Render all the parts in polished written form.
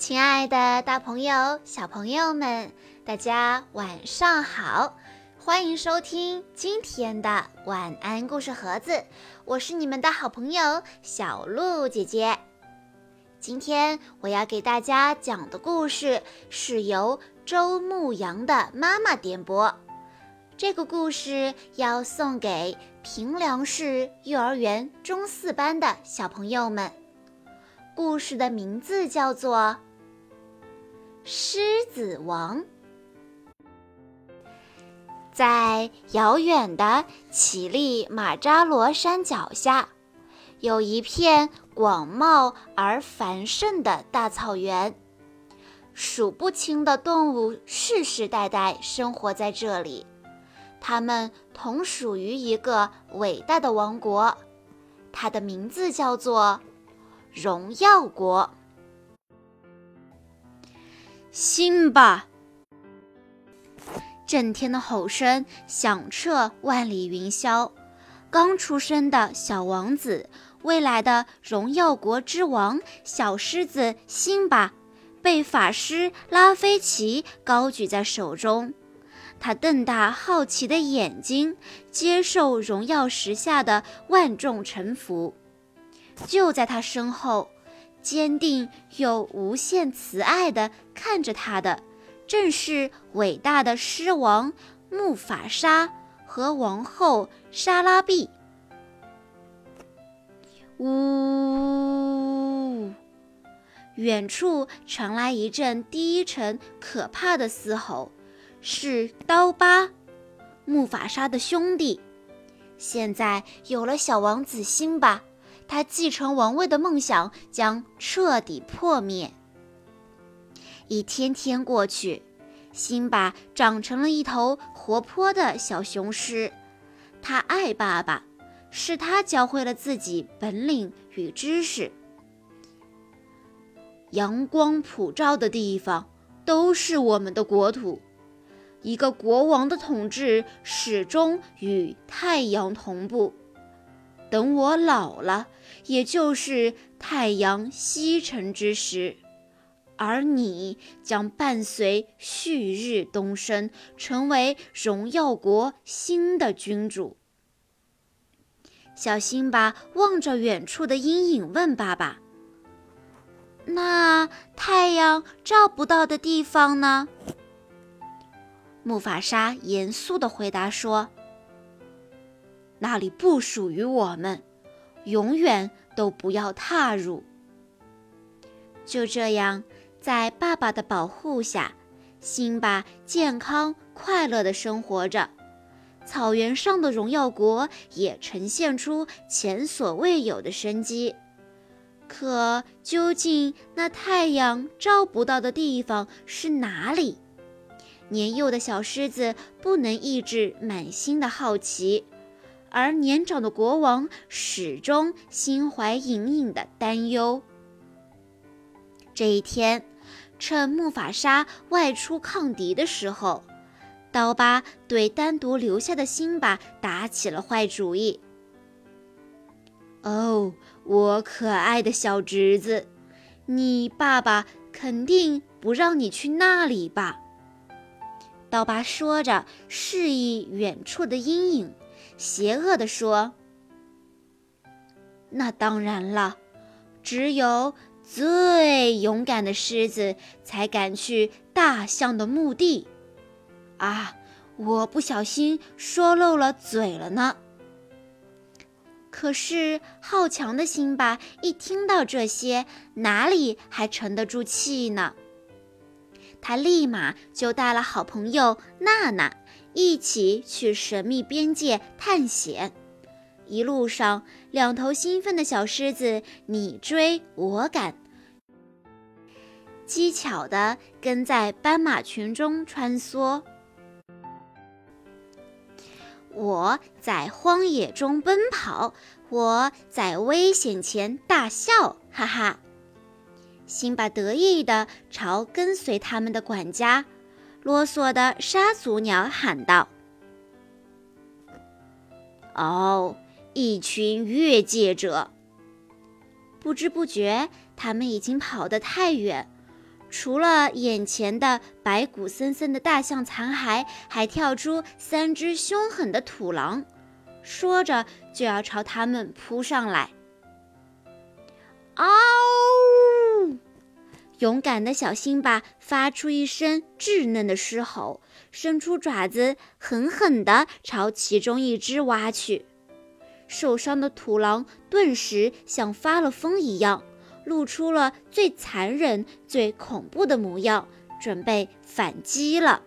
亲爱的大朋友、小朋友们，大家晚上好！欢迎收听今天的晚安故事盒子，我是你们的好朋友小鹿姐姐。今天我要给大家讲的故事是由周牧阳的妈妈点播，这个故事要送给平凉市幼儿园中4班的小朋友们。故事的名字叫做狮子王。在遥远的乞力马扎罗山脚下，有一片广袤而繁盛的大草原，数不清的动物世世代代生活在这里，它们同属于一个伟大的王国，它的名字叫做荣耀国。辛巴！震天的吼声响彻万里云霄，刚出生的小王子，未来的荣耀国之王小狮子辛巴，被法师拉菲奇高举在手中。他瞪大好奇的眼睛，接受荣耀石下的万众臣服。就在他身后，坚定又无限慈爱地看着他的，正是伟大的狮王木法沙和王后莎拉碧。呜！远处传来一阵低沉可怕的嘶吼，是刀疤，木法沙的兄弟。现在有了小王子辛巴，他继承王位的梦想将彻底破灭。一天天过去，辛巴长成了一头活泼的小雄狮。他爱爸爸，是他教会了自己本领与知识。阳光普照的地方都是我们的国土，一个国王的统治始终与太阳同步。等我老了，也就是太阳西沉之时，而你将伴随旭日东升，成为荣耀国新的君主。小辛巴望着远处的阴影问爸爸：那太阳照不到的地方呢？木法沙严肃地回答说：那里不属于我们，永远都不要踏入。就这样，在爸爸的保护下，辛巴健康快乐地生活着。草原上的荣耀国也呈现出前所未有的生机。可究竟那太阳照不到的地方是哪里？年幼的小狮子不能抑制满心的好奇，而年长的国王始终心怀隐隐的担忧。这一天，趁木法沙外出抗敌的时候，刀疤对单独留下的辛巴打起了坏主意。哦，我可爱的小侄子，你爸爸肯定不让你去那里吧？刀疤说着，示意远处的阴影，邪恶地说：那当然了，只有最勇敢的狮子才敢去大象的墓地。啊，我不小心说漏了嘴了呢。可是好强的辛巴一听到这些，哪里还沉得住气呢？他立马就带了好朋友娜娜一起去神秘边界探险。一路上，两头兴奋的小狮子你追我赶，机巧地跟在斑马群中穿梭。我在荒野中奔跑，我在危险前大笑，哈哈！辛巴得意地朝跟随他们的管家啰嗦的沙族鸟喊道：哦，一群越界者！不知不觉，他们已经跑得太远， 除了眼前的白骨森森的大象残骸，还跳出3只凶狠的土狼，说着就要朝他们扑上来。嗷！勇敢的小辛巴发出一声稚嫩的狮吼，伸出爪子狠狠地朝其中一只挖去。受伤的土狼顿时像发了疯一样，露出了最残忍、最恐怖的模样，准备反击了。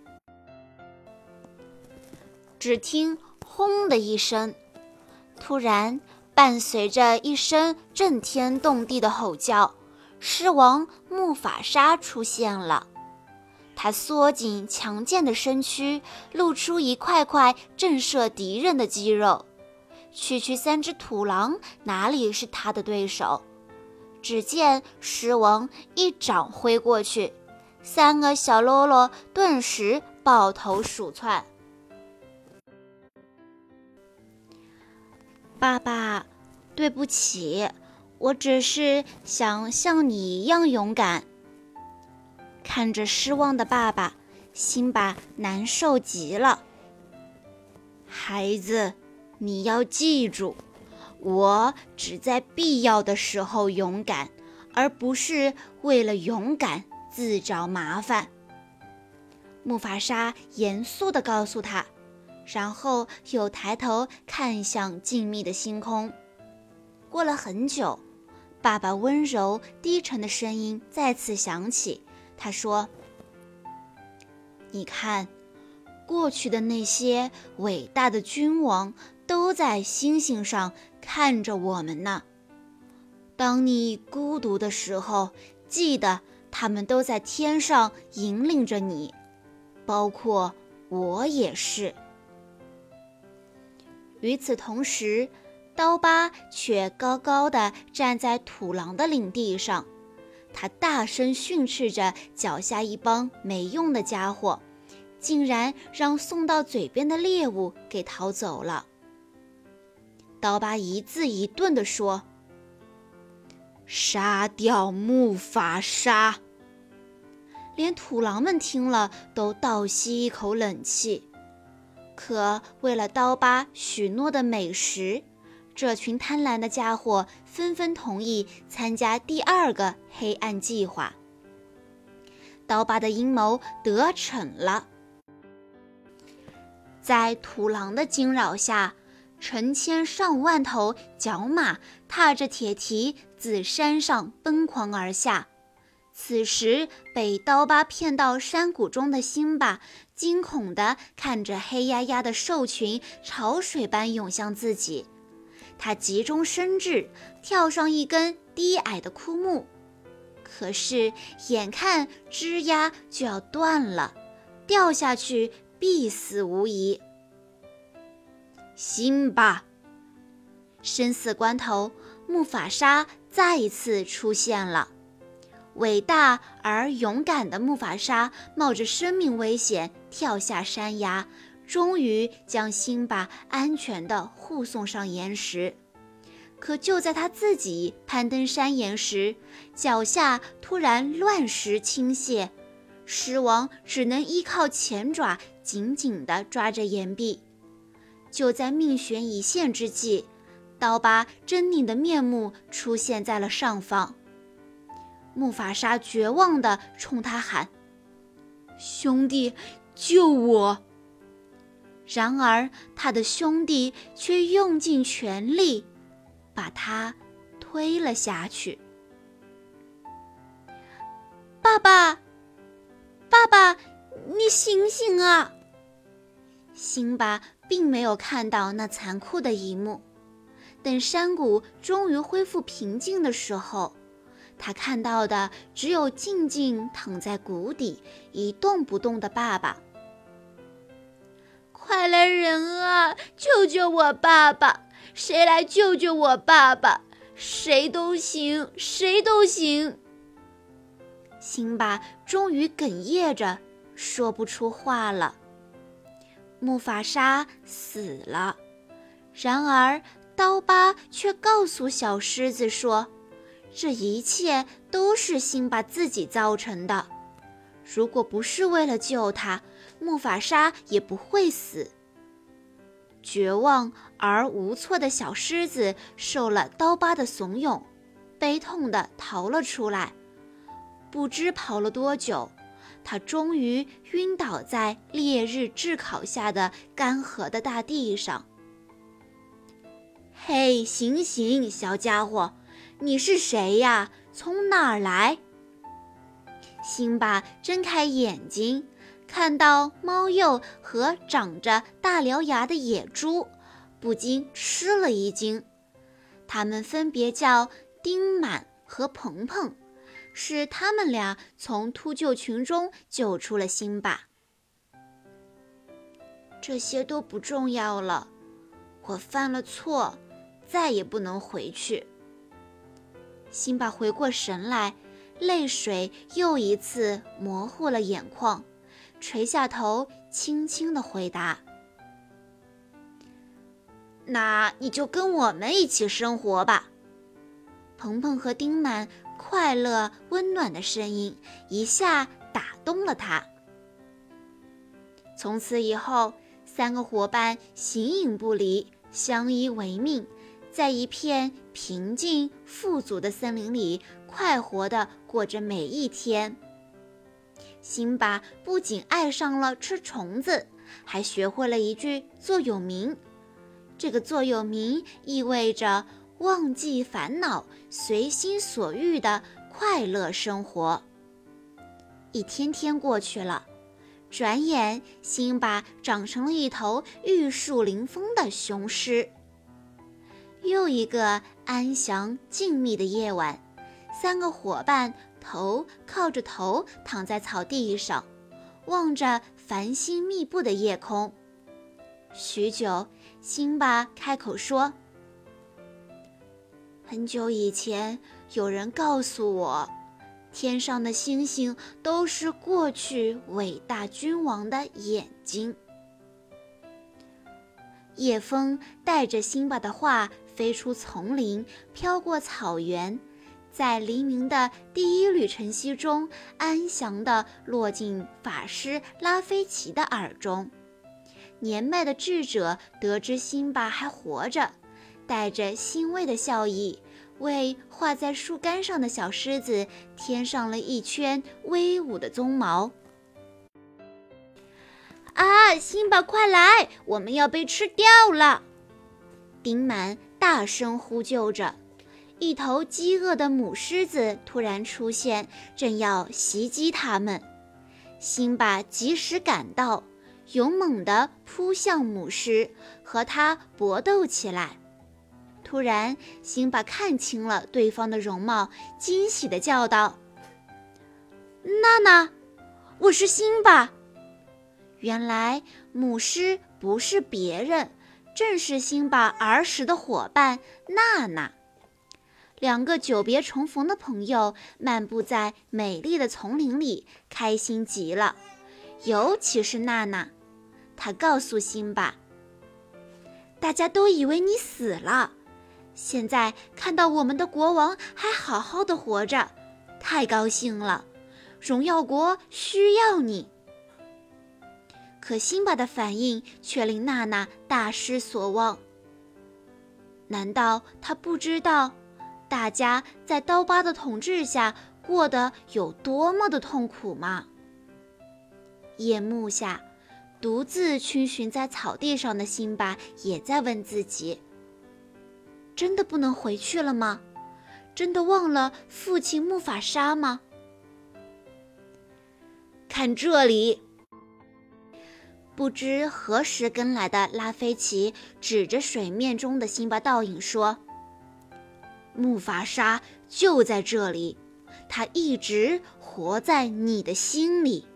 只听轰的一声，突然伴随着一声震天动地的吼叫，狮王木法沙出现了。他缩紧强健的身躯，露出一块块震慑敌人的肌肉。区区3只土狼哪里是他的对手？只见狮王一掌挥过去，3个小喽啰顿时抱头鼠窜。爸爸，对不起，我只是想像你一样勇敢。看着失望的爸爸，辛巴难受极了。孩子，你要记住，我只在必要的时候勇敢，而不是为了勇敢自找麻烦。木法沙严肃地告诉他，然后又抬头看向静谧的星空。过了很久，爸爸温柔低沉的声音再次响起，他说：你看，过去的那些伟大的君王都在星星上看着我们呢。当你孤独的时候，记得他们都在天上引领着你，包括我也是。与此同时，刀疤却高高地站在土狼的领地上，他大声训斥着脚下一帮没用的家伙，竟然让送到嘴边的猎物给逃走了。刀疤一字一顿地说：杀掉木法沙！连土狼们听了都倒吸一口冷气。可为了刀疤许诺的美食，这群贪婪的家伙纷纷同意参加第2个黑暗计划。刀疤的阴谋得逞了。在土狼的惊扰下，成千上万头角马踏着铁蹄自山上奔狂而下。此时被刀疤骗到山谷中的辛巴惊恐地看着黑压压的兽群潮水般涌向自己，他急中生智，跳上一根低矮的枯木，可是眼看枝丫就要断了，掉下去必死无疑。辛巴！生死关头，木法沙再一次出现了。伟大而勇敢的木法沙冒着生命危险跳下山崖，终于将辛巴安全地护送上岩石。可就在他自己攀登山岩时，脚下突然乱石倾泻，狮王只能依靠前爪紧紧地抓着岩壁。就在命悬一线之际，刀疤狰狞的面目出现在了上方。木法沙绝望地冲他喊：兄弟，救我！然而他的兄弟却用尽全力把他推了下去。爸爸，爸爸，你醒醒啊！辛巴并没有看到那残酷的一幕。等山谷终于恢复平静的时候，他看到的只有静静躺在谷底一动不动的爸爸。快来人啊，救救我爸爸！谁来救救我爸爸？谁都行，谁都行！辛巴终于哽咽着说不出话了。木法沙死了，然而刀疤却告诉小狮子说， 这一切都是辛巴自己造成的。如果不是为了救他，木法沙也不会死。绝望而无措的小狮子受了刀疤的怂恿，悲痛地逃了出来。不知跑了多久，他终于晕倒在烈日炙烤下的干涸的大地上。嘿，醒醒，小家伙，你是谁呀？从哪儿来？辛巴睁开眼睛，看到猫鼬和长着大獠牙的野猪，不禁吃了一惊。它们分别叫丁满和鹏鹏，是他们俩从秃鹫群中救出了辛巴。这些都不重要了，我犯了错，再也不能回去。辛巴回过神来，泪水又一次模糊了眼眶，垂下头，轻轻地回答：那你就跟我们一起生活吧。鹏鹏和丁满快乐温暖的声音一下打动了他。从此以后，3个伙伴形影不离，相依为命，在一片平静富足的森林里快活地过着每一天。辛巴不仅爱上了吃虫子，还学会了一句座右铭。这个座右铭意味着忘记烦恼，随心所欲的快乐生活。一天天过去了，转眼辛巴长成了一头玉树临风的雄狮。又一个安详静谧的夜晚，3个伙伴头靠着头躺在草地上，望着繁星密布的夜空。许久，辛巴开口说：很久以前，有人告诉我，天上的星星都是过去伟大君王的眼睛。夜风带着辛巴的话飞出丛林，飘过草原，在黎明的第一缕晨曦中安详地落进法师拉菲奇的耳中。年迈的智者得知辛巴还活着，带着欣慰的笑意，为画在树干上的小狮子添上了一圈威武的鬃毛。啊，辛巴快来，我们要被吃掉了！丁满大声呼救着。一头饥饿的母狮子突然出现，正要袭击他们。辛巴及时赶到，勇猛地扑向母狮，和它搏斗起来。突然，辛巴看清了对方的容貌，惊喜地叫道：娜娜，我是辛巴！原来母狮不是别人，正是辛巴儿时的伙伴娜娜。2个久别重逢的朋友漫步在美丽的丛林里，开心极了。尤其是娜娜，她告诉辛巴：大家都以为你死了，现在看到我们的国王还好好的活着，太高兴了，荣耀国需要你。可辛巴的反应却令娜娜大失所望。难道她不知道大家在刀疤的统治下过得有多么的痛苦吗？夜幕下，独自逡巡在草地上的辛巴也在问自己：真的不能回去了吗？真的忘了父亲木法沙吗？看这里！不知何时跟来的拉菲奇指着水面中的辛巴倒影说：木法沙就在这里，他一直活在你的心里。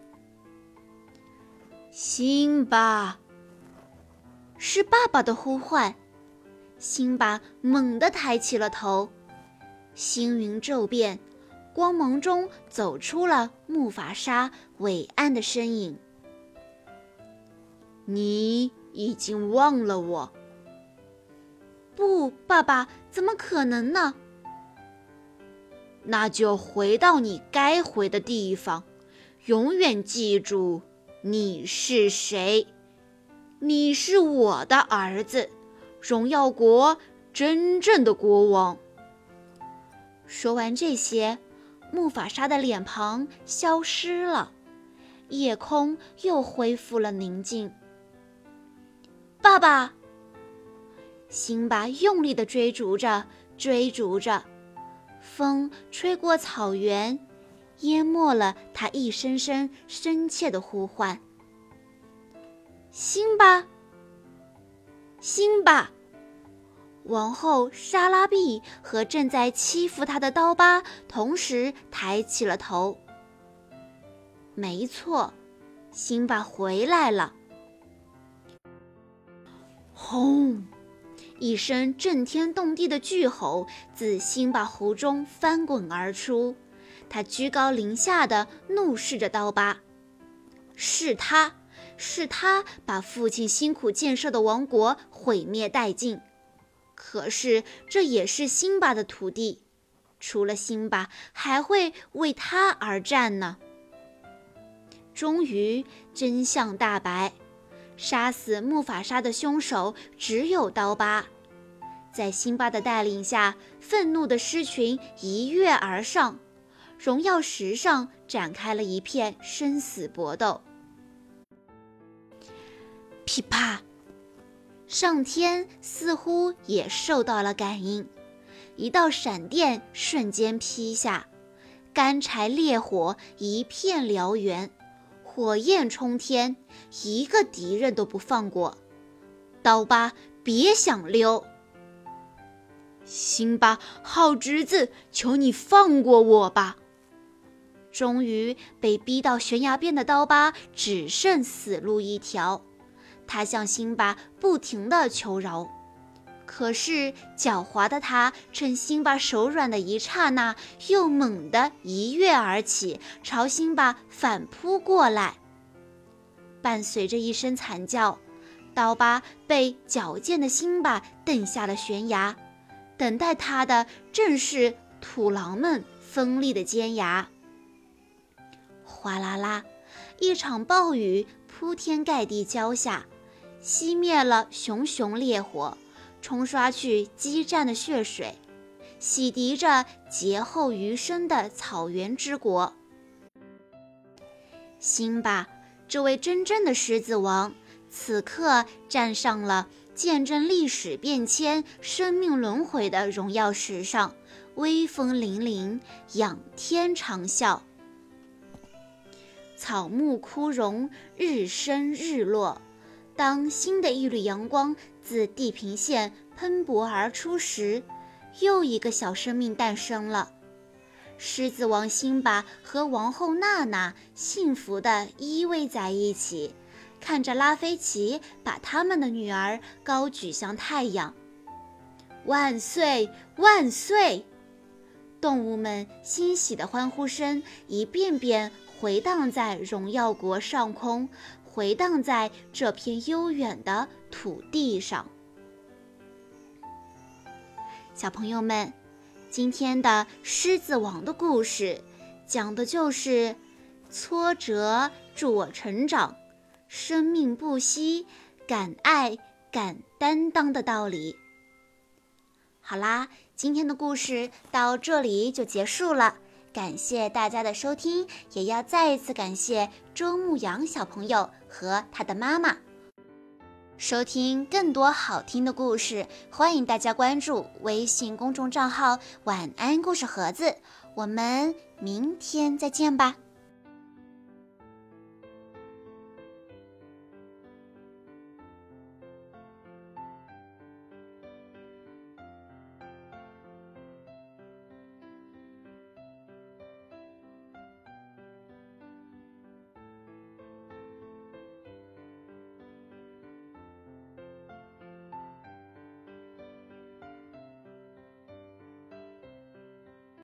辛巴，是爸爸的呼唤。辛巴猛地抬起了头，星云骤变，光芒中走出了木法沙伟岸的身影。你已经忘了我。不，爸爸，怎么可能呢？ 那就回到你该回的地方，永远记住你是谁。你是我的儿子，荣耀国真正的国王。说完这些，木法沙的脸庞消失了，夜空又恢复了宁静。爸爸！辛巴用力地追逐着，风吹过草原，淹没了他一声声深切的呼唤。辛巴，辛巴！王后莎拉碧和正在欺负她的刀疤同时抬起了头。没错，辛巴回来了。轰！一声震天动地的巨吼自辛巴喉中翻滚而出，他居高临下地怒视着刀疤。是他把父亲辛苦建设的王国毁灭殆尽。可是这也是辛巴的土地，除了辛巴，还会为他而战呢。终于，真相大白。杀死木法沙的凶手只有刀疤。在辛巴的带领下，愤怒的狮群一跃而上，荣耀石上展开了一片生死搏斗。噼啪！上天似乎也受到了感应，一道闪电瞬间劈下，干柴烈火一片燎原，火焰冲天，一个敌人都不放过。刀疤，别想溜！辛巴，好侄子，求你放过我吧！终于被逼到悬崖边的刀疤只剩死路一条，他向辛巴不停地求饶。可是狡猾的他趁辛巴手软的一刹那，又猛地一跃而起，朝辛巴反扑过来。伴随着一声惨叫，刀疤被矫健的辛巴蹬下了悬崖，等待他的正是土狼们锋利的尖牙。哗啦啦，一场暴雨铺天盖地浇下，熄灭了熊熊烈火，冲刷去激战的血水，洗涤着劫后余生的草原之国。辛巴，这位真正的狮子王，此刻站上了见证历史变迁、生命轮回的荣耀石上，威风凛凛，仰天长啸。草木枯荣，日升日落。当新的一缕阳光自地平线喷薄而出时，又一个小生命诞生了。狮子王辛巴和王后娜娜幸福地依偎在一起，看着拉菲奇把他们的女儿高举向太阳。万岁，万岁！动物们欣喜的欢呼声一遍遍回荡在荣耀国上空，回荡在这片悠远的土地上。小朋友们，今天的狮子王的故事讲的就是挫折助我成长，生命不息，敢爱敢担当的道理。好啦，今天的故事到这里就结束了，感谢大家的收听，也要再一次感谢周牧阳小朋友和他的妈妈。收听更多好听的故事，欢迎大家关注微信公众账号晚安故事盒子，我们明天再见吧。